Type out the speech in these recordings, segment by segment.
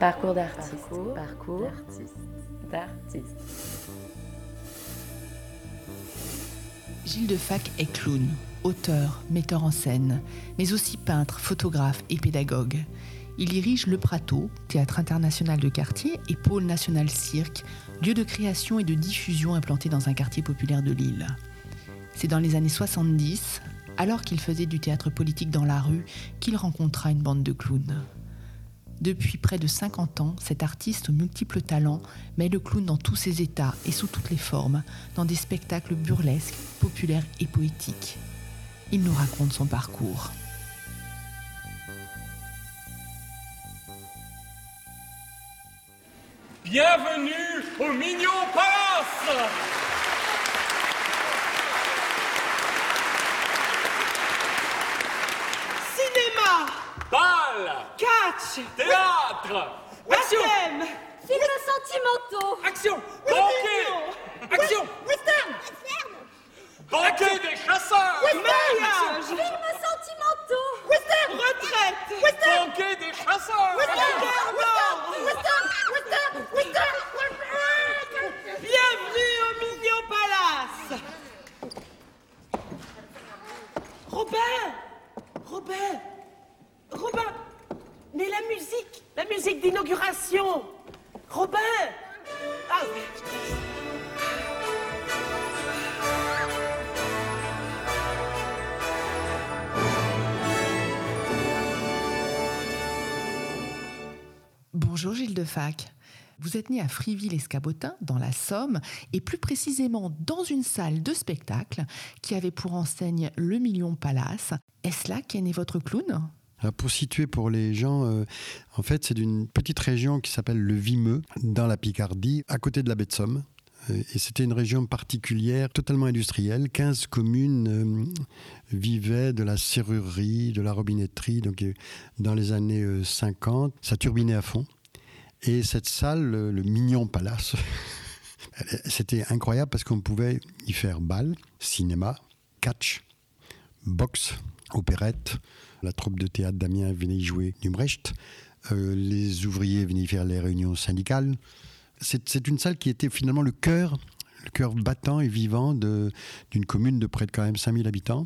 Parcours d'artiste. Parcours d'artiste. Gilles Defac est clown, auteur, metteur en scène, mais aussi peintre, photographe et pédagogue. Il dirige le Prato, théâtre international de quartier, et pôle national cirque, lieu de création et de diffusion implanté dans un quartier populaire de Lille. C'est dans les années 70, alors qu'il faisait du théâtre politique dans la rue, qu'il rencontra une bande de clowns. Depuis près de 50 ans, cet artiste aux multiples talents met le clown dans tous ses états et sous toutes les formes, dans des spectacles burlesques, populaires et poétiques. Il nous raconte son parcours. Bienvenue au Mignon Palace! Cinéma, Bal, catch, théâtre, action, baptême, Films sentimentaux. action, banquet, action, western, banquet des chasseurs, mariage, Films sentimentaux. western, retraite, banquet des chasseurs, Bienvenue au Mignon Palace. Robin, mais la musique d'inauguration. Robin. Ah. Bonjour Gilles Defac. Vous êtes né à Friville-Escabotin, dans la Somme, et plus précisément dans une salle de spectacle qui avait pour enseigne le Mignon Palace. Est-ce là qu'est né votre clown ? Alors pour situer pour les gens, en fait, c'est d'une petite région qui s'appelle le Vimeux, dans la Picardie, à côté de la baie de Somme. Et c'était une région particulière, totalement industrielle. 15 communes vivaient de la serrurerie, de la robinetterie. Donc, dans les années 50, ça turbinait à fond. Et cette salle, le Mignon Palace, c'était incroyable parce qu'on pouvait y faire bal, cinéma, catch, boxe, opérette. La troupe de théâtre d'Amiens venait y jouer du Brecht. Les ouvriers venaient y faire les réunions syndicales. C'est une salle qui était finalement le cœur battant et vivant d'une commune de près de quand même 5000 habitants.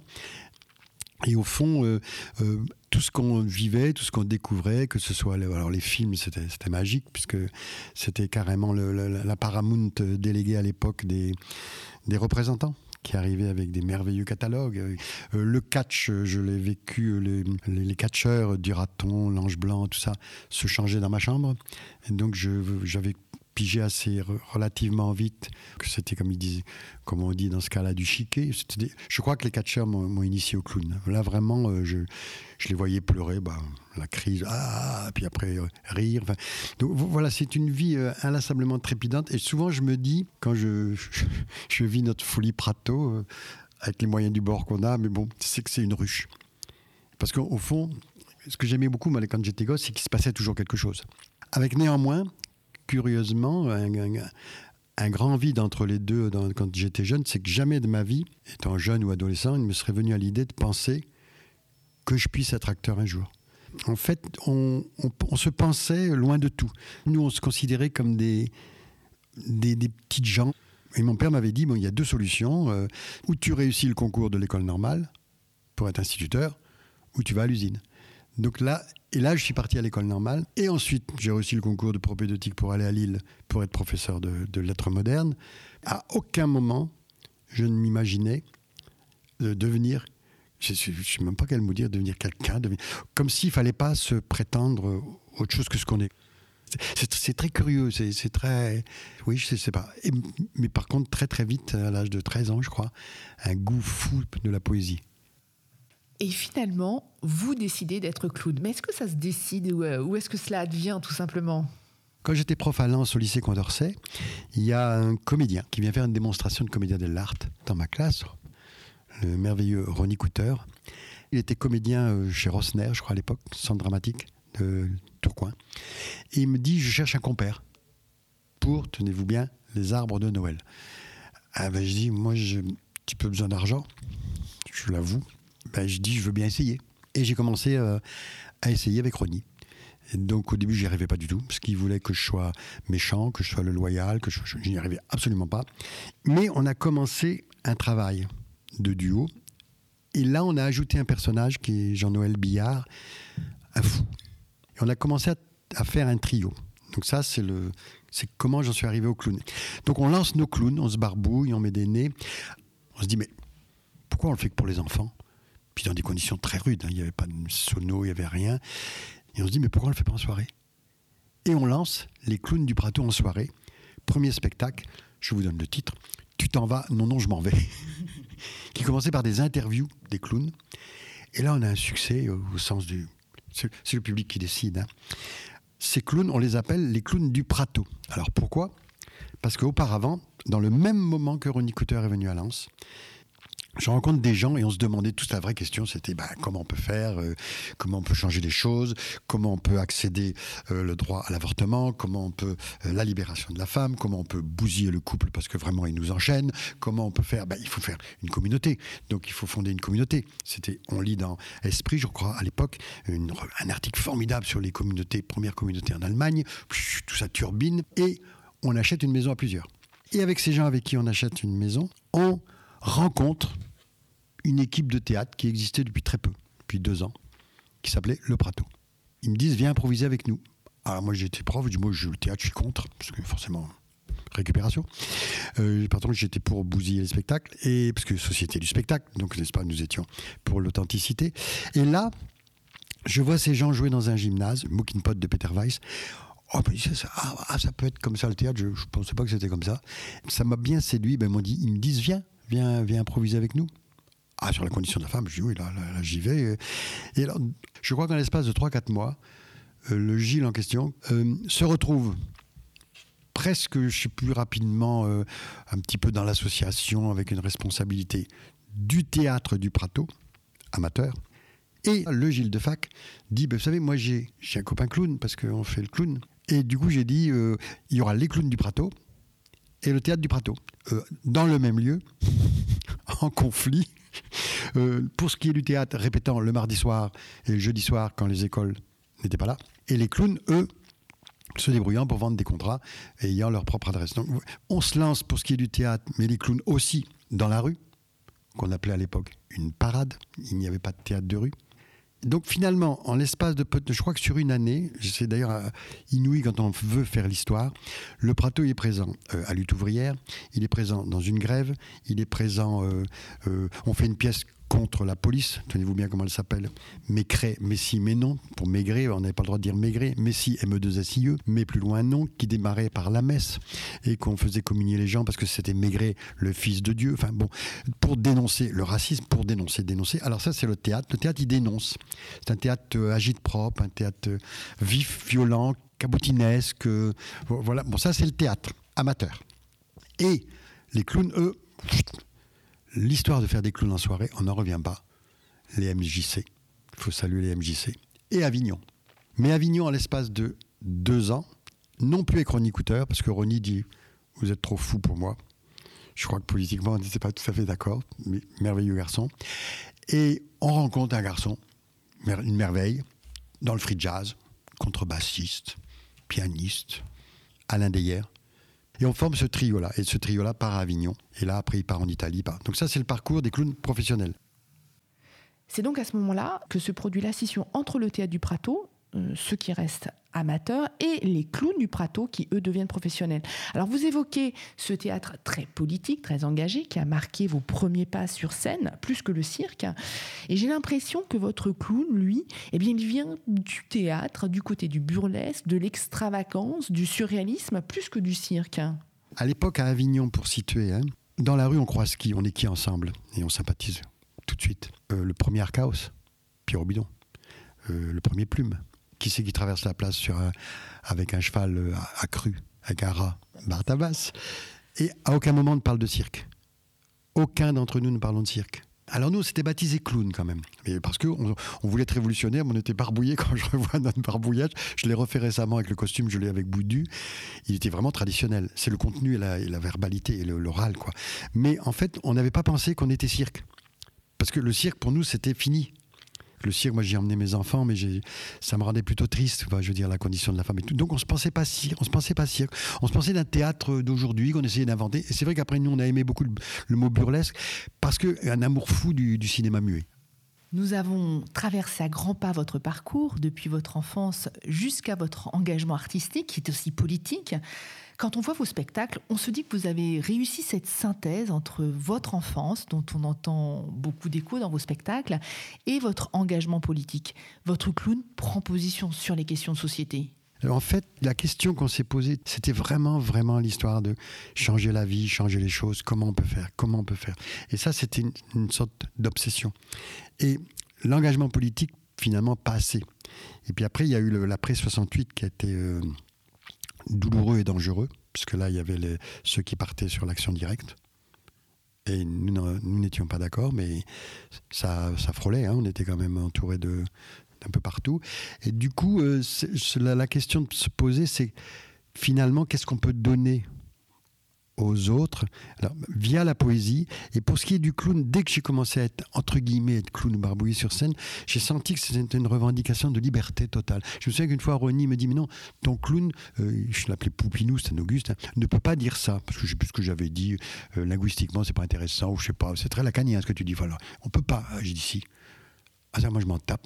Et au fond, tout ce qu'on vivait, tout ce qu'on découvrait, que ce soit alors les films, c'était magique, puisque c'était carrément la Paramount déléguée à l'époque des représentants qui arrivaient avec des merveilleux catalogues. Le catch, je l'ai vécu, les catcheurs du Raton, l'Ange Blanc, tout ça, se changeaient dans ma chambre. Et donc j'avais pigé assez relativement vite que c'était comme on dit dans ce cas-là, du chiquet. Je crois que les catcheurs m'ont initié au clown. Là vraiment, je les voyais pleurer, la crise, puis après rire. Donc voilà, c'est une vie inlassablement trépidante. Et souvent je me dis, quand je vis notre folie Prato, avec les moyens du bord qu'on a, mais bon, c'est que c'est une ruche. Parce qu'au fond, ce que j'aimais beaucoup quand j'étais gosse, c'est qu'il se passait toujours quelque chose. Avec néanmoins, curieusement, un grand vide entre les deux quand j'étais jeune, c'est que jamais de ma vie, étant jeune ou adolescent, il me serait venu à l'idée de penser que je puisse être acteur un jour. En fait, on se pensait loin de tout. Nous, on se considérait comme des petites gens. Et mon père m'avait dit, il y a deux solutions. Ou tu réussis le concours de l'école normale pour être instituteur, ou tu vas à l'usine. Donc là, je suis parti à l'école normale. Et ensuite, j'ai réussi le concours de propédeutique pour aller à Lille pour être professeur de lettres modernes. À aucun moment, je ne m'imaginais devenir, je ne sais même pas quel mot dire, devenir quelqu'un. Comme s'il ne fallait pas se prétendre autre chose que ce qu'on est. C'est très curieux, c'est très... Oui, je ne sais pas. Mais par contre, très très vite, à l'âge de 13 ans, je crois, un goût fou de la poésie. Et finalement, vous décidez d'être clown. Mais est-ce que ça se décide ou est-ce que cela advient tout simplement ? Quand j'étais prof à Lens au lycée Condorcet, il y a un comédien qui vient faire une démonstration de comédia dell'arte dans ma classe, le merveilleux Ronnie Couter. Il était comédien chez Rosner, je crois à l'époque, centre dramatique de Tourcoing. Et il me dit, je cherche un compère pour, tenez-vous bien, les arbres de Noël. Je dis, moi j'ai un petit peu besoin d'argent, je l'avoue. Je dis, je veux bien essayer. Et j'ai commencé à essayer avec Ronnie. Et donc au début, j'y arrivais pas du tout, parce qu'ils voulaient que je sois méchant, que je sois le loyal, je n'y arrivais absolument pas. Mais on a commencé un travail de duo, et là on a ajouté un personnage qui est Jean-Noël Billard, un fou. Et on a commencé à faire un trio. Donc ça, c'est comment j'en suis arrivé au clown. Donc on lance nos clowns, on se barbouille, on met des nez. On se dit, mais pourquoi on le fait que pour les enfants ? Puis dans des conditions très rudes, hein, il n'y avait pas de sono, il n'y avait rien. Et on se dit, mais pourquoi on ne le fait pas en soirée ? Et on lance les clowns du Prato en soirée. Premier spectacle, je vous donne le titre, Tu t'en vas, non, je m'en vais. Qui commençait par des interviews des clowns. Et là, on a un succès au sens du... C'est le public qui décide. Hein. Ces clowns, on les appelle les clowns du Prato. Alors pourquoi ? Parce qu'auparavant, dans le même moment que Ronnie Cotter est venu à Lens, je rencontre des gens et on se demandait tous la vraie question, c'était comment on peut faire, comment on peut changer les choses, comment on peut accéder le droit à l'avortement, comment on peut la libération de la femme, comment on peut bousiller le couple parce que vraiment il nous enchaîne, comment on peut faire, il faut faire une communauté, donc il faut fonder une communauté. On lit dans Esprit, je crois, à l'époque, un article formidable sur les communautés, premières communautés en Allemagne, tout ça turbine, et on achète une maison à plusieurs. Et avec ces gens avec qui on achète une maison, on rencontre une équipe de théâtre qui existait depuis très peu, depuis 2 ans, qui s'appelait Le Prato. Ils me disent, viens improviser avec nous. Alors moi j'étais prof, je dis, moi le théâtre je suis contre, parce que forcément, récupération. Par contre j'étais pour bousiller les spectacles, et, parce que société du spectacle, donc n'est-ce pas, nous étions pour l'authenticité. Et là, je vois ces gens jouer dans un gymnase, Mookin Pot de Peter Weiss. Oh, ça peut être comme ça le théâtre, je ne pensais pas que c'était comme ça. Ça m'a bien séduit, ils me disent, viens improviser avec nous. Ah, sur la condition de la femme, je dis oui, là j'y vais. Et alors, je crois qu'en l'espace de 3-4 mois, le Gilles en question se retrouve presque, je sais plus rapidement, un petit peu dans l'association avec une responsabilité du théâtre du Prato, amateur. Et le Gilles de Fac dit, vous savez, moi j'ai un copain clown, parce qu'on fait le clown. Et du coup, j'ai dit, il y aura les clowns du Prato et le théâtre du Prato, dans le même lieu, en conflit. Pour ce qui est du théâtre, répétant le mardi soir et le jeudi soir quand les écoles n'étaient pas là. Et les clowns, eux, se débrouillant pour vendre des contrats et ayant leur propre adresse. Donc on se lance pour ce qui est du théâtre, mais les clowns aussi dans la rue, qu'on appelait à l'époque une parade. Il n'y avait pas de théâtre de rue. Donc finalement, en l'espace de je crois que sur une année, c'est d'ailleurs inouï quand on veut faire l'histoire, le Prato est présent à Lutte ouvrière, il est présent dans une grève, il est présent, on fait une pièce contre la police, tenez-vous bien comment elle s'appelle, Maigret, mais si, mais non, pour Maigret, on n'avait pas le droit de dire Maigret, mais si, ME2SIE, mais plus loin non, qui démarrait par la messe, et qu'on faisait communier les gens parce que c'était Maigret, le fils de Dieu, enfin bon, pour dénoncer le racisme, pour dénoncer. Alors ça c'est le théâtre il dénonce, c'est un théâtre agite-propre, un théâtre vif, violent, caboutinesque, voilà, bon ça c'est le théâtre, amateur. Et les clowns, eux, l'histoire de faire des clowns en soirée, on n'en revient pas. Les MJC, il faut saluer les MJC. Et Avignon. Mais Avignon, en l'espace de 2 ans, non plus avec Ronnie Cotter, parce que Ronnie dit « Vous êtes trop fou pour moi ». Je crois que politiquement, on n'était pas tout à fait d'accord, mais merveilleux garçon. Et on rencontre un garçon, une merveille, dans le free jazz, contrebassiste, pianiste, Alain Deyer. Et on forme ce trio-là. Et ce trio-là part à Avignon. Et là, après, il part en Italie. Donc ça, c'est le parcours des clowns professionnels. C'est donc à ce moment-là que se produit la scission entre le théâtre du Prato, ceux qui restent amateurs, et les clowns du Prato qui, eux, deviennent professionnels. Alors, vous évoquez ce théâtre très politique, très engagé, qui a marqué vos premiers pas sur scène, plus que le cirque. Et j'ai l'impression que votre clown, lui, il vient du théâtre, du côté du burlesque, de l'extravagance, du surréalisme, plus que du cirque. À l'époque, à Avignon, pour situer, dans la rue, on croise qui ? On est qui ensemble ? Et on sympathise tout de suite. Le premier Archaos, Pierre Bidon. Le premier Plume. Qui c'est qui traverse la place avec un cheval accru, avec un rat ? Bartabas. Et à aucun moment on ne parle de cirque. Aucun d'entre nous ne parlons de cirque. Alors nous, on s'était baptisé clown quand même. Mais parce qu'on voulait être révolutionnaire, mais on était barbouillés. Quand je revois notre barbouillage, je l'ai refait récemment avec le costume, je l'ai avec Boudu. Il était vraiment traditionnel. C'est le contenu et la verbalité et l'oral, quoi. Mais en fait, on n'avait pas pensé qu'on était cirque. Parce que le cirque, pour nous, c'était fini. Le cirque, moi j'ai emmené mes enfants, mais ça me rendait plutôt triste, je veux dire, la condition de la femme et tout. Donc on se pensait pas cirque, on se pensait d'un théâtre d'aujourd'hui qu'on essayait d'inventer. Et c'est vrai qu'après nous on a aimé beaucoup le mot burlesque, parce qu'un amour fou du cinéma muet. Nous avons traversé à grands pas votre parcours, depuis votre enfance jusqu'à votre engagement artistique, qui est aussi politique. Quand on voit vos spectacles, on se dit que vous avez réussi cette synthèse entre votre enfance, dont on entend beaucoup d'échos dans vos spectacles, et votre engagement politique. Votre clown prend position sur les questions de société. En fait, la question qu'on s'est posée, c'était vraiment l'histoire de changer la vie, changer les choses, comment on peut faire. Et ça, c'était une sorte d'obsession. Et l'engagement politique, finalement, pas assez. Et puis après, il y a eu l'après 68 qui a été douloureux et dangereux, puisque là, il y avait ceux qui partaient sur l'action directe. Et nous n'étions pas d'accord, mais ça frôlait. On était quand même entourés d'un peu partout. Et du coup, la question de se poser, c'est finalement, qu'est-ce qu'on peut donner aux autres, alors, via la poésie. Et pour ce qui est du clown, dès que j'ai commencé à être, entre guillemets, être clown barbouillé sur scène, j'ai senti que c'était une revendication de liberté totale. Je me souviens qu'une fois, Ronnie me dit, mais non, ton clown, je l'appelais Poupinou, c'était un Auguste, ne peut pas dire ça, parce que je sais plus ce que j'avais dit, linguistiquement, c'est pas intéressant, ou je sais pas, c'est très lacanien ce que tu dis. Voilà, on peut pas. J'ai dit si. Ah ça, moi je m'en tape.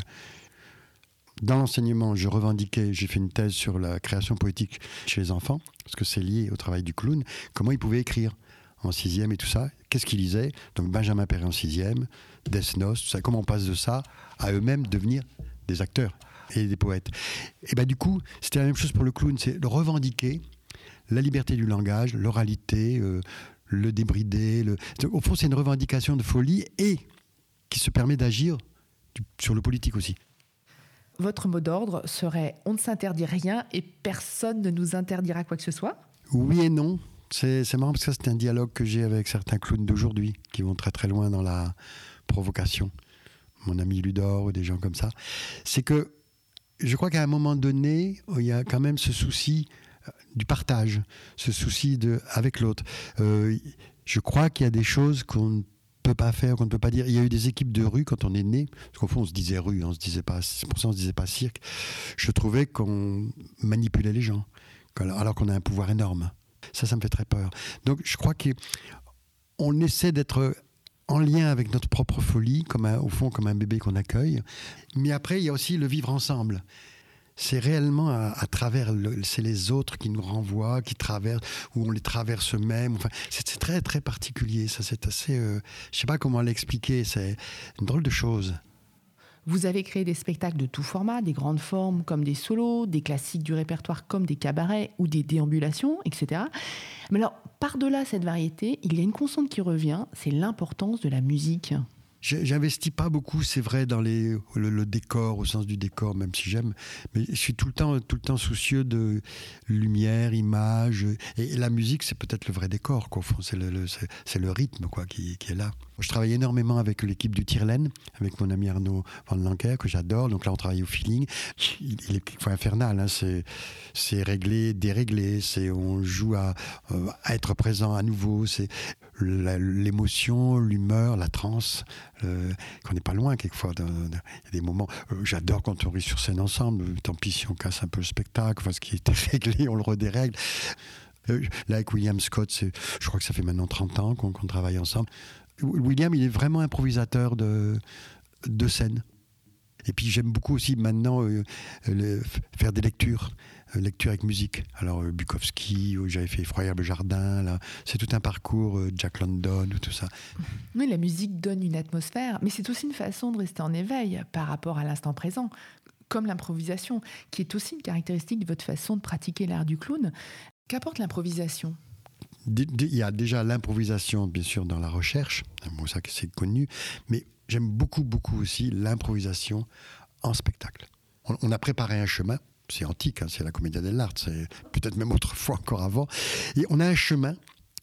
Dans l'enseignement, j'ai fait une thèse sur la création poétique chez les enfants, parce que c'est lié au travail du clown, comment ils pouvaient écrire en 6e et tout ça, qu'est-ce qu'ils lisaient, donc Benjamin Perret en 6e, Death Note, tout ça, comment on passe de ça à eux-mêmes devenir des acteurs et des poètes. Et du coup, c'était la même chose pour le clown, c'est de revendiquer la liberté du langage, l'oralité, le débridé. Au fond, c'est une revendication de folie et qui se permet d'agir sur le politique aussi. Votre mot d'ordre serait « on ne s'interdit rien et personne ne nous interdira quoi que ce soit ». Oui et non. C'est marrant parce que ça, c'est un dialogue que j'ai avec certains clowns d'aujourd'hui qui vont très très loin dans la provocation. Mon ami Ludor ou des gens comme ça. C'est que je crois qu'à un moment donné, il y a quand même ce souci du partage, ce souci avec l'autre. Je crois qu'il y a des choses qu'on ne peut pas faire, qu'on ne peut pas dire. Il y a eu des équipes de rue quand on est né, parce qu'au fond on se disait rue, on se disait pas, c'est pour ça on se disait pas cirque. Je trouvais qu'on manipulait les gens, alors qu'on a un pouvoir énorme. Ça me fait très peur. Donc je crois qu'on essaie d'être en lien avec notre propre folie, au fond comme un bébé qu'on accueille. Mais après il y a aussi le vivre ensemble. C'est réellement à travers, c'est les autres qui nous renvoient, qui traversent, ou on les traverse eux-mêmes. Enfin, c'est très très particulier. Ça, c'est assez, je sais pas comment l'expliquer. C'est une drôle de chose. Vous avez créé des spectacles de tout format, des grandes formes comme des solos, des classiques du répertoire comme des cabarets ou des déambulations, etc. Mais alors, par-delà cette variété, il y a une constante qui revient, c'est l'importance de la musique. J'investis pas beaucoup, c'est vrai, dans le décor, au sens du décor, même si j'aime. Mais je suis tout le temps soucieux de lumière, image. Et la musique, c'est peut-être le vrai décor, quoi. Au fond, c'est le rythme, quoi, qui est là. Je travaille énormément avec l'équipe du Tierlaine, avec mon ami Arnaud Van Lancker, que j'adore. Donc là, on travaille au feeling. Il est quelquefois infernal, hein. C'est réglé, déréglé. On joue à être présent à nouveau. C'est l'émotion, l'humeur, la transe, qu'on n'est pas loin quelquefois. Il y a des moments, j'adore quand on rit sur scène ensemble, tant pis si on casse un peu le spectacle, enfin, ce qui était réglé, on le redérègle. Là, avec William Scott, je crois que ça fait maintenant 30 ans qu'on travaille ensemble. William, il est vraiment improvisateur de scène. Et puis j'aime beaucoup aussi maintenant faire des lectures avec musique. Alors Bukowski, j'avais fait Effroyable Jardin, là, c'est tout un parcours, Jack London, tout ça. Oui, la musique donne une atmosphère, mais c'est aussi une façon de rester en éveil par rapport à l'instant présent, comme l'improvisation, qui est aussi une caractéristique de votre façon de pratiquer l'art du clown. Qu'apporte l'improvisation ? Il y a déjà l'improvisation, bien sûr, dans la recherche, bon, ça c'est connu, mais j'aime beaucoup, beaucoup aussi l'improvisation en spectacle. On a préparé un chemin, c'est antique, hein, c'est la Commedia dell'arte, c'est peut-être même autrefois encore avant, et on a un chemin,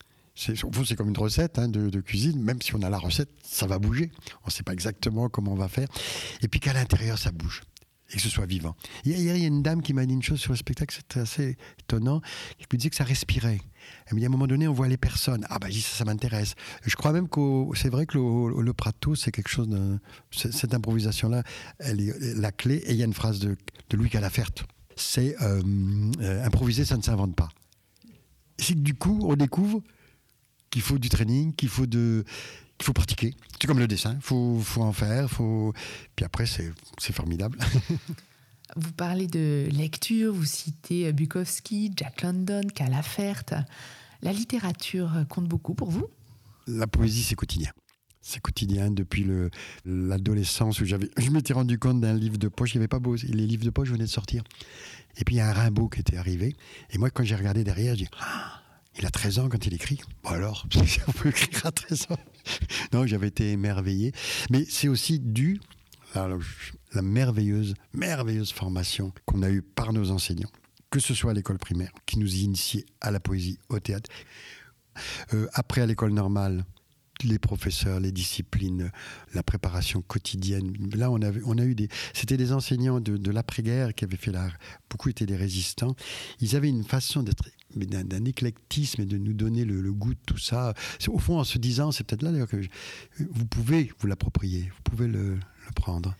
au fond c'est comme une recette, hein, de cuisine, même si on a la recette, ça va bouger, on ne sait pas exactement comment on va faire, et puis qu'à l'intérieur ça bouge. et que ce soit vivant. Hier, il y a une dame qui m'a dit une chose sur le spectacle, c'était assez étonnant, qui me disait que ça respirait. Elle me dit, à un moment donné, on voit les personnes. Ah bah, je dis, ça m'intéresse. Je crois même que c'est vrai que le Prato, c'est quelque chose cette improvisation-là, elle est la clé. Et il y a une phrase de Louis Calafert, c'est improviser, ça ne s'invente pas. C'est que du coup, on découvre qu'il faut du training, qu'il faut pratiquer. C'est comme le dessin, il faut en faire. Puis après, c'est formidable. Vous parlez de lecture, vous citez Bukowski, Jack London, Calafert. La littérature compte beaucoup pour vous ? La poésie, c'est quotidien. C'est quotidien depuis l'adolescence où je m'étais rendu compte d'un livre de poche. Il n'y avait pas beau, les livres de poche venaient de sortir. Et puis il y a un Rimbaud qui était arrivé. Et moi, quand j'ai regardé derrière, je dis il a 13 ans quand il écrit. Bon alors, on peut écrire à 13 ans. Non, j'avais été émerveillé. Mais c'est aussi dû à la merveilleuse formation qu'on a eue par nos enseignants, que ce soit à l'école primaire, qui nous initiaient à la poésie, au théâtre. Après, à l'école normale, les professeurs, les disciplines, la préparation quotidienne. Là, on a eu c'était des enseignants de l'après-guerre qui avaient fait beaucoup étaient des résistants. Ils avaient une façon d'un éclectisme et de nous donner le goût de tout ça. Au fond, en se disant, c'est peut-être là d'ailleurs que vous pouvez vous l'approprier, vous pouvez le prendre.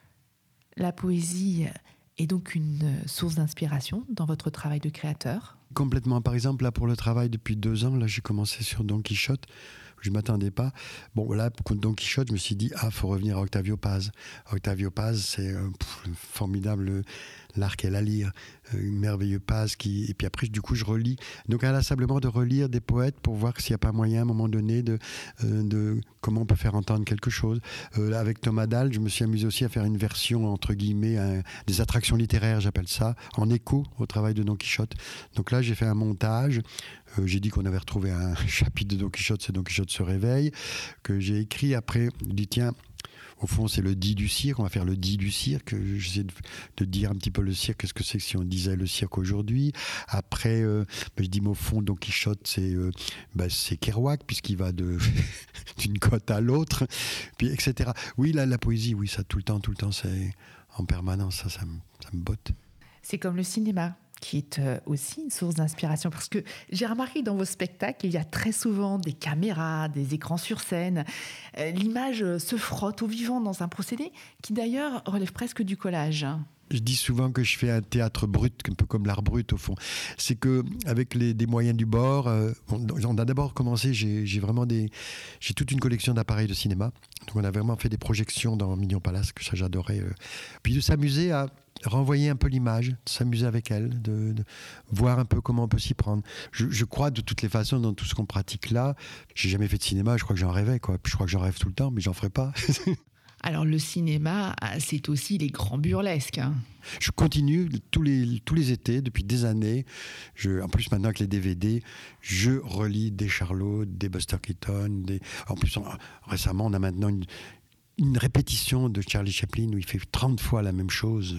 La poésie est donc une source d'inspiration dans votre travail de créateur ? Complètement. Par exemple, là, pour le travail depuis 2 ans, là, j'ai commencé sur Don Quichotte. Je ne m'attendais pas. Bon, là, pour Don Quichotte, je me suis dit, faut revenir à Octavio Paz. Octavio Paz, c'est formidable, l'arc et la lyre, merveilleux Paz. Et puis après, du coup, je relis. Donc, inlassablement de relire des poètes pour voir s'il n'y a pas moyen, à un moment donné, de comment on peut faire entendre quelque chose. Avec Thomas Dahl, je me suis amusé aussi à faire une version, entre guillemets, des attractions littéraires, j'appelle ça, en écho au travail de Don Quichotte. Donc là, j'ai fait un montage. J'ai dit qu'on avait retrouvé un chapitre de Don Quichotte, c'est Don Quichotte se réveille, que j'ai écrit après. Je dis, tiens, au fond, c'est le dit du cirque. On va faire le dit du cirque. J'essaie de dire un petit peu le cirque. Qu'est-ce que c'est que si on disait le cirque aujourd'hui ? Après, je dis, mais au fond, Don Quichotte, c'est Kerouac, puisqu'il va d'une côte à l'autre, puis etc. Oui, la poésie, oui, ça tout le temps, c'est en permanence. Ça me botte. C'est comme le cinéma, qui est aussi une source d'inspiration. Parce que j'ai remarqué que dans vos spectacles, il y a très souvent des caméras, des écrans sur scène. L'image se frotte au vivant dans un procédé qui d'ailleurs relève presque du collage. Je dis souvent que je fais un théâtre brut, un peu comme l'art brut au fond. C'est qu'avec des moyens du bord, on a d'abord commencé, j'ai toute une collection d'appareils de cinéma. Donc on a vraiment fait des projections dans Mignon Palace, que ça j'adorais. Puis de s'amuser à renvoyer un peu l'image, de s'amuser avec elle, de voir un peu comment on peut s'y prendre. Je crois de toutes les façons dans tout ce qu'on pratique là. J'ai jamais fait de cinéma, je crois que j'en rêvais, quoi. Puis je crois que j'en rêve tout le temps, mais j'en ferai pas. Alors le cinéma, c'est aussi les grands burlesques. Je continue tous les étés, depuis des années. En plus, maintenant avec les DVD, je relis des Charlot, des Buster Keaton. En plus, récemment, on a maintenant une répétition de Charlie Chaplin où il fait 30 fois la même chose.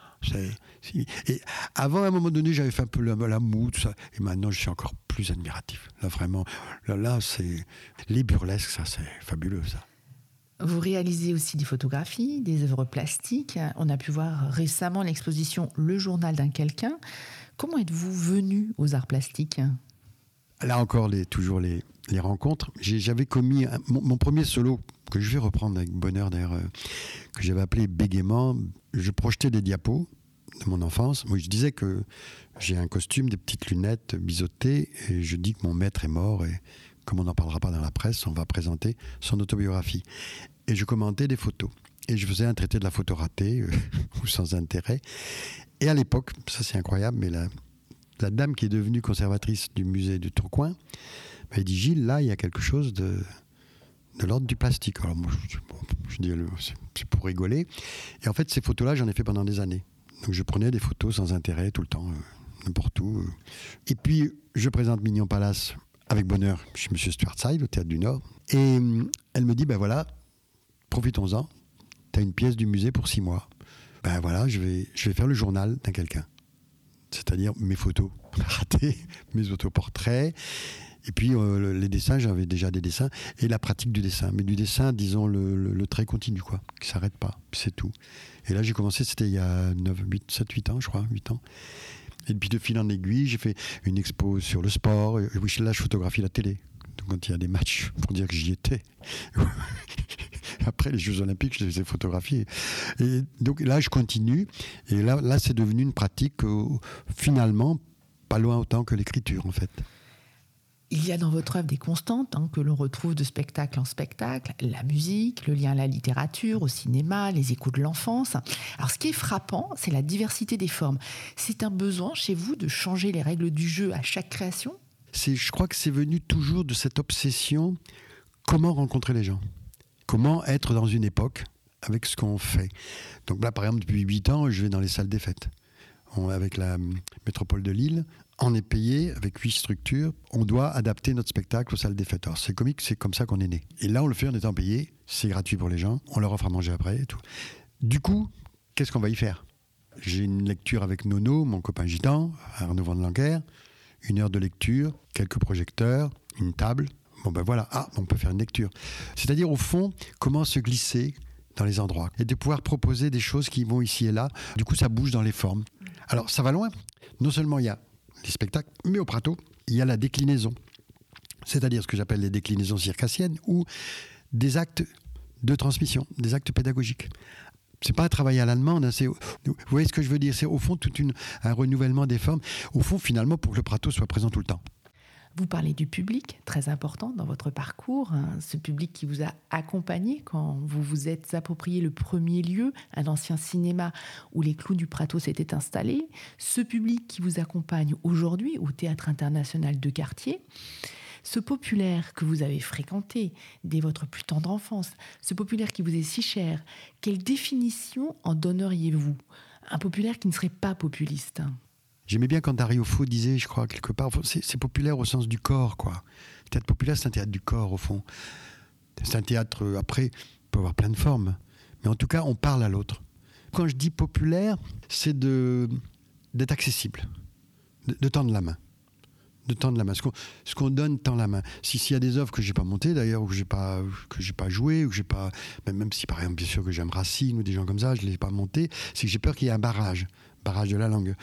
Et avant, à un moment donné, j'avais fait un peu la moue, tout ça. Et maintenant, je suis encore plus admiratif. Là, vraiment, là, c'est les burlesques, ça, c'est fabuleux, ça. Vous réalisez aussi des photographies, des œuvres plastiques. On a pu voir récemment l'exposition Le journal d'un quelqu'un. Comment êtes-vous venu aux arts plastiques ? Là encore, toujours les rencontres. J'avais commis mon premier solo, que je vais reprendre avec bonheur d'ailleurs, que j'avais appelé Bégaiement. Je projetais des diapos de mon enfance. Moi, je disais que j'ai un costume, des petites lunettes biseautées, et je dis que mon maître est mort, et comme on n'en parlera pas dans la presse, on va présenter son autobiographie. Et je commentais des photos. Et je faisais un traité de la photo ratée, ou sans intérêt. Et à l'époque, ça c'est incroyable, mais la dame qui est devenue conservatrice du musée du Tourcoing m'a dit, Gilles, là, il y a quelque chose de l'ordre du plastique. Alors moi, je dis, c'est pour rigoler. Et en fait, ces photos-là, j'en ai fait pendant des années. Donc je prenais des photos sans intérêt, tout le temps, n'importe où. Et puis, je présente Mignon Palace avec bonheur chez M. Stuart Side, au Théâtre du Nord. Et elle me dit, ben voilà, profitons-en, tu as une pièce du musée pour 6 mois. Ben voilà, je vais faire le journal d'un quelqu'un. C'est-à-dire mes photos ratées, mes autoportraits. Et puis les dessins, j'avais déjà des dessins, et la pratique du dessin. Mais du dessin, disons, le trait continu, quoi, qui ne s'arrête pas, c'est tout. Et là, j'ai commencé, c'était il y a 7-8 ans, je crois, 8 ans. Et puis de fil en aiguille, j'ai fait une expo sur le sport. Et oui, là, je photographie la télé. Donc, quand il y a des matchs, pour dire que j'y étais. Après les Jeux Olympiques, je les ai photographiés. Et donc là, je continue. Et là c'est devenu une pratique, finalement, pas loin autant que l'écriture, en fait. Il y a dans votre œuvre des constantes que l'on retrouve de spectacle en spectacle, la musique, le lien à la littérature, au cinéma, les échos de l'enfance. Alors ce qui est frappant, c'est la diversité des formes. C'est un besoin chez vous de changer les règles du jeu à chaque création ? Je crois que c'est venu toujours de cette obsession, comment rencontrer les gens ? Comment être dans une époque avec ce qu'on fait ? Donc là, par exemple, depuis 8 ans, je vais dans les salles des fêtes. Avec la métropole de Lille, on est payé avec 8 structures. On doit adapter notre spectacle aux salles des fêtes. Alors c'est comique, c'est comme ça qu'on est né. Et là, on le fait en étant payé. C'est gratuit pour les gens. On leur offre à manger après et tout. Du coup, qu'est-ce qu'on va y faire ? J'ai une lecture avec Nono, mon copain gitan, Arnaud Van Lancker. 1 heure de lecture, quelques projecteurs, une table. Bon ben voilà, on peut faire une lecture. C'est-à-dire, au fond, comment se glisser dans les endroits et de pouvoir proposer des choses qui vont ici et là. Du coup, ça bouge dans les formes. Alors, ça va loin. Non seulement il y a les spectacles, mais au Prato, il y a la déclinaison. C'est-à-dire ce que j'appelle les déclinaisons circassiennes ou des actes de transmission, des actes pédagogiques. C'est pas un travail à l'allemande. Vous voyez ce que je veux dire ? C'est au fond un renouvellement des formes. Au fond, finalement, pour que le Prato soit présent tout le temps. Vous parlez du public, très important dans votre parcours, ce public qui vous a accompagné quand vous vous êtes approprié le premier lieu, un ancien cinéma où les clowns du Prato s'étaient installés, ce public qui vous accompagne aujourd'hui au Théâtre International de Quartier, ce populaire que vous avez fréquenté dès votre plus tendre enfance, ce populaire qui vous est si cher, quelle définition en donneriez-vous ? Un populaire qui ne serait pas populiste ? J'aimais bien quand Dario Fo disait, je crois, quelque part, c'est populaire au sens du corps, quoi. Le théâtre populaire, c'est un théâtre du corps, au fond. C'est un théâtre, après, peut avoir plein de formes. Mais en tout cas, on parle à l'autre. Quand je dis populaire, c'est d'être accessible, de tendre la main. De tendre la main. Ce qu'on donne tend la main. S'il y a des œuvres que je n'ai pas montées, d'ailleurs, ou que j'ai pas jouées, ou que j'ai pas... Même si, par exemple, bien sûr, que j'aime Racine ou des gens comme ça, je ne les ai pas montés, c'est que j'ai peur qu'il y ait un barrage de la langue.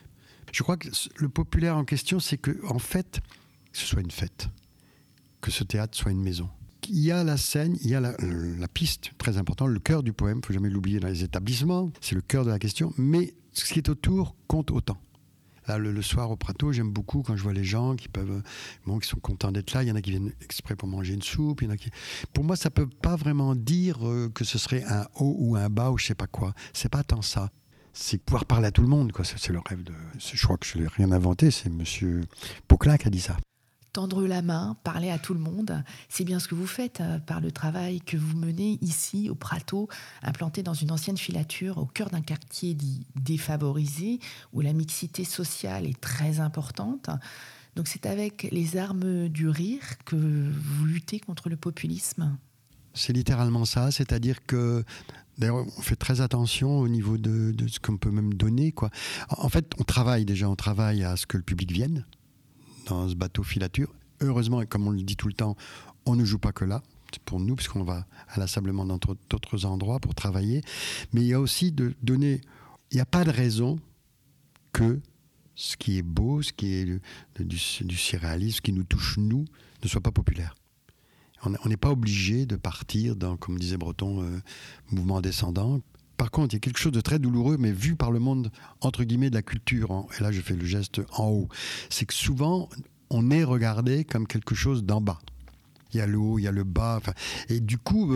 Je crois que le populaire en question, c'est que, en fait, ce soit une fête, que ce théâtre soit une maison. Il y a la scène, il y a la piste, très important, le cœur du poème, il ne faut jamais l'oublier dans les établissements, c'est le cœur de la question, mais ce qui est autour compte autant. Là, le soir au Prato, j'aime beaucoup quand je vois les gens qui sont contents d'être là. Il y en a qui viennent exprès pour manger une soupe. Pour moi, ça ne peut pas vraiment dire que ce serait un haut ou un bas ou je ne sais pas quoi. Ce n'est pas tant ça. C'est pouvoir parler à tout le monde, quoi. C'est le rêve de... Je crois que je n'ai rien inventé, c'est M. Poquelin qui a dit ça. Tendre la main, parler à tout le monde, c'est bien ce que vous faites par le travail que vous menez ici au Prato, implanté dans une ancienne filature au cœur d'un quartier dit défavorisé, où la mixité sociale est très importante. Donc c'est avec les armes du rire que vous luttez contre le populisme ? C'est littéralement ça, c'est-à-dire que... D'ailleurs, on fait très attention au niveau de ce qu'on peut même donner, quoi. En fait, on travaille à ce que le public vienne dans ce bateau filature. Heureusement, et comme on le dit tout le temps, on ne joue pas que là. C'est pour nous, puisqu'on va inlassablement dans d'autres endroits pour travailler. Mais il y a aussi de donner... Il n'y a pas de raison que ce qui est beau, ce qui est du surréalisme, ce qui nous touche, nous, ne soit pas populaire. On n'est pas obligé de partir dans, comme disait Breton, mouvement descendant. Par contre, il y a quelque chose de très douloureux, mais vu par le monde, entre guillemets, de la culture, et là je fais le geste en haut, c'est que souvent, on est regardé comme quelque chose d'en bas. Il y a le haut, il y a le bas, et du coup,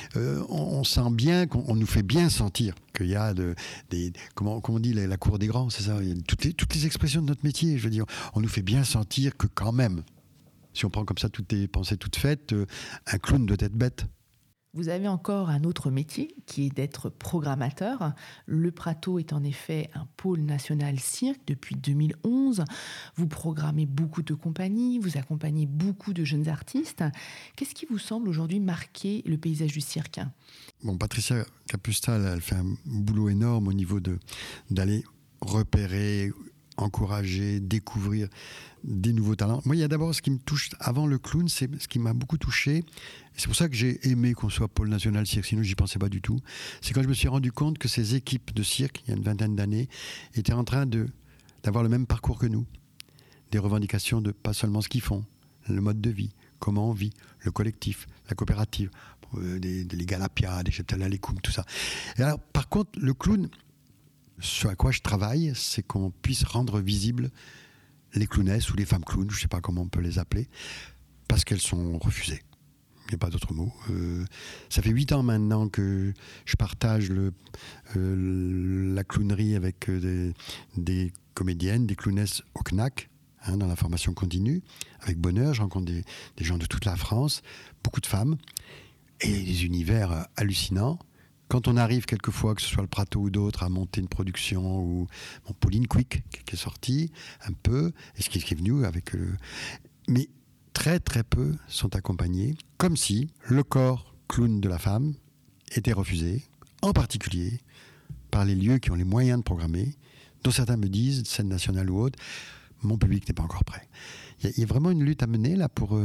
on sent bien, qu'on nous fait bien sentir qu'il y a comment on dit, la cour des grands, c'est ça, il y a toutes les expressions de notre métier, je veux dire, on nous fait bien sentir que quand même, si on prend comme ça toutes les pensées toutes faites, un clown doit être bête. Vous avez encore un autre métier qui est d'être programmateur. Le Prato est en effet un pôle national cirque depuis 2011. Vous programmez beaucoup de compagnies, vous accompagnez beaucoup de jeunes artistes. Qu'est-ce qui vous semble aujourd'hui marquer le paysage du cirque ? Bon, Patricia Capustal, elle fait un boulot énorme au niveau d'aller repérer encourager, découvrir des nouveaux talents. Moi, il y a d'abord ce qui me touche avant le clown, c'est ce qui m'a beaucoup touché. Et c'est pour ça que j'ai aimé qu'on soit pôle national cirque, sinon j'y pensais pas du tout. C'est quand je me suis rendu compte que ces équipes de cirque, il y a une vingtaine d'années, étaient en train d'avoir le même parcours que nous. Des revendications de pas seulement ce qu'ils font, le mode de vie, comment on vit, le collectif, la coopérative, les Galapiades, des Cheptel Alekoum, tout ça. Et alors, par contre, le clown, ce à quoi je travaille, c'est qu'on puisse rendre visibles les clownesses ou les femmes clowns, je ne sais pas comment on peut les appeler, parce qu'elles sont refusées. Il n'y a pas d'autre mot. Ça fait 8 ans maintenant que je partage la clownerie avec des comédiennes, des clownesses au CNAC, dans la formation continue. Avec bonheur, je rencontre des gens de toute la France, beaucoup de femmes, et des univers hallucinants. Quand on arrive quelquefois, que ce soit le Prato ou d'autres, à monter une production, ou Pauline Quick qui est sortie un peu, et ce qui est venu avec... Mais très très peu sont accompagnés, comme si le corps clown de la femme était refusé, en particulier par les lieux qui ont les moyens de programmer, dont certains me disent, scène nationale ou autre, mon public n'est pas encore prêt. Il y a vraiment une lutte à mener là pour...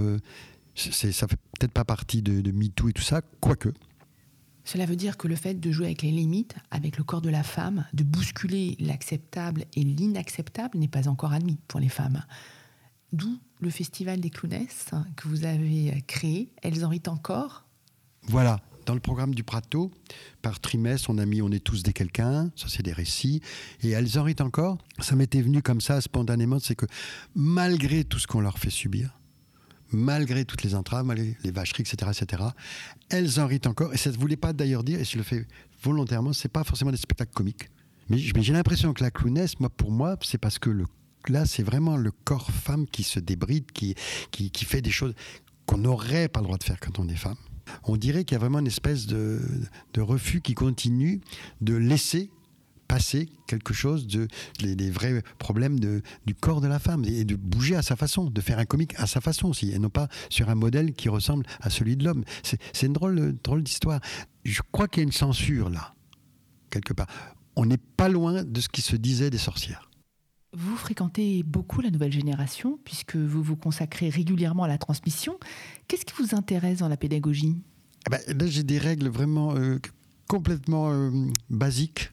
ça fait peut-être pas partie de MeToo et tout ça, quoique. Cela veut dire que le fait de jouer avec les limites, avec le corps de la femme, de bousculer l'acceptable et l'inacceptable n'est pas encore admis pour les femmes. D'où le festival des clownesses que vous avez créé. Elles en rient encore ? Voilà. Dans le programme du Prato, par trimestre, on est tous des quelqu'un, ça c'est des récits, et elles en rient encore. Ça m'était venu comme ça spontanément, c'est que malgré tout ce qu'on leur fait subir, malgré toutes les entraves, malgré les vacheries, etc., elles en rient encore. Et ça ne voulait pas d'ailleurs dire, et je le fais volontairement, c'est pas forcément des spectacles comiques. Mais j'ai l'impression que la clownesse, pour moi, c'est parce que là, c'est vraiment le corps femme qui se débride, qui fait des choses qu'on n'aurait pas le droit de faire quand on est femme. On dirait qu'il y a vraiment une espèce de refus qui continue de laisser passer quelque chose des vrais problèmes du corps de la femme et de bouger à sa façon, de faire un comique à sa façon aussi, et non pas sur un modèle qui ressemble à celui de l'homme. C'est une drôle d'histoire. Je crois qu'il y a une censure là, quelque part. On n'est pas loin de ce qui se disait des sorcières. Vous fréquentez beaucoup la nouvelle génération, puisque vous vous consacrez régulièrement à la transmission. Qu'est-ce qui vous intéresse dans la pédagogie ? Là, j'ai des règles vraiment complètement basiques.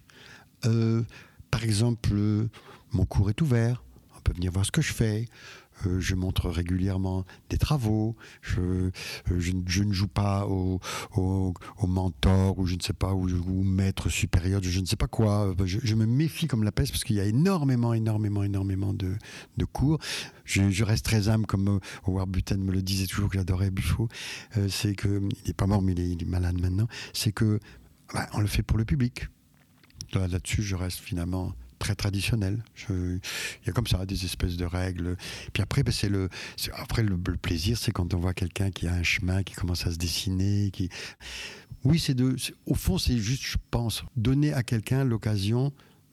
Par exemple, mon cours est ouvert, on peut venir voir ce que je fais. Je montre régulièrement des travaux. Je ne joue pas au mentor ou je ne sais pas, ou maître supérieur de je ne sais pas quoi. Je me méfie comme la peste parce qu'il y a énormément de cours. Je reste très humble, comme Howard Buten me le disait toujours, que j'adorais Buffo. C'est que il n'est pas mort, mais il est malade maintenant. C'est que on le fait pour le public. Là-dessus, je reste finalement très traditionnel. Il y a comme ça des espèces de règles. Puis après, le plaisir, c'est quand on voit quelqu'un qui a un chemin qui commence à se dessiner. Oui, au fond, c'est juste, je pense, donner à quelqu'un l'occasion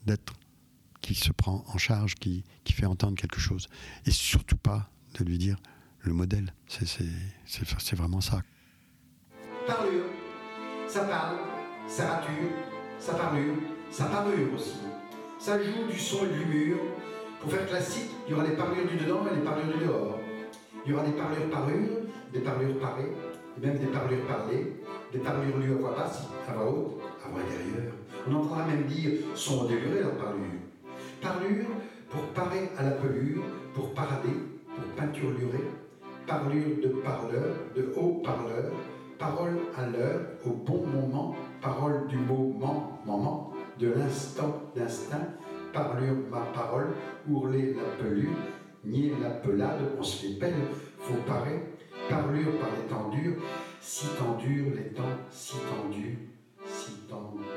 qui se prend en charge, qui fait entendre quelque chose. Et surtout pas de lui dire le modèle. C'est vraiment ça. Parlure, ça parle, ça rature, ça parlure, ça parure aussi. Ça joue du son et de l'humeur. Pour faire classique, il y aura les parlures du dedans et les parlures du dehors. Il y aura des parlures parures, des parlures parées, et même des parlures parlées, des parlures lues à voix basse, à voix haute, à voix intérieure. On entendra même dire son modéluré dans parlure. Parlure pour parer à la pelure, pour parader, pour peinturlurer. Parlure de parleur, de haut-parleur. Parole à l'heure, au bon moment. Parole du moment, de l'instant d'instinct. Parlure ma parole, ourler la pelure, nier la pelade, on se fait peine, faut parer. Parlure par les temps durs, si temps durs les temps, si tendus, si tendus.